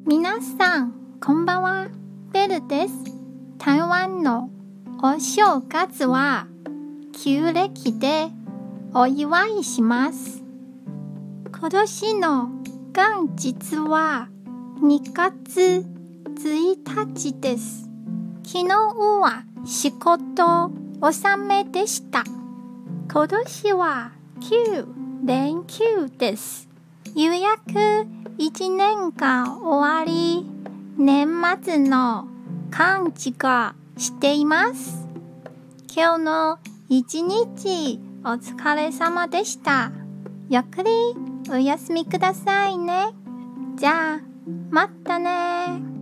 皆さん、こんばんは。ベルです。台湾のお正月は旧暦でお祝いします。今年の元日は2月1日です。昨日は仕事納めでした。今年は9連休です。ようやく1年が終わり、年末の感じがしています。今日の一日お疲れ様でした。ゆっくりお休みくださいね。じゃあ、またね。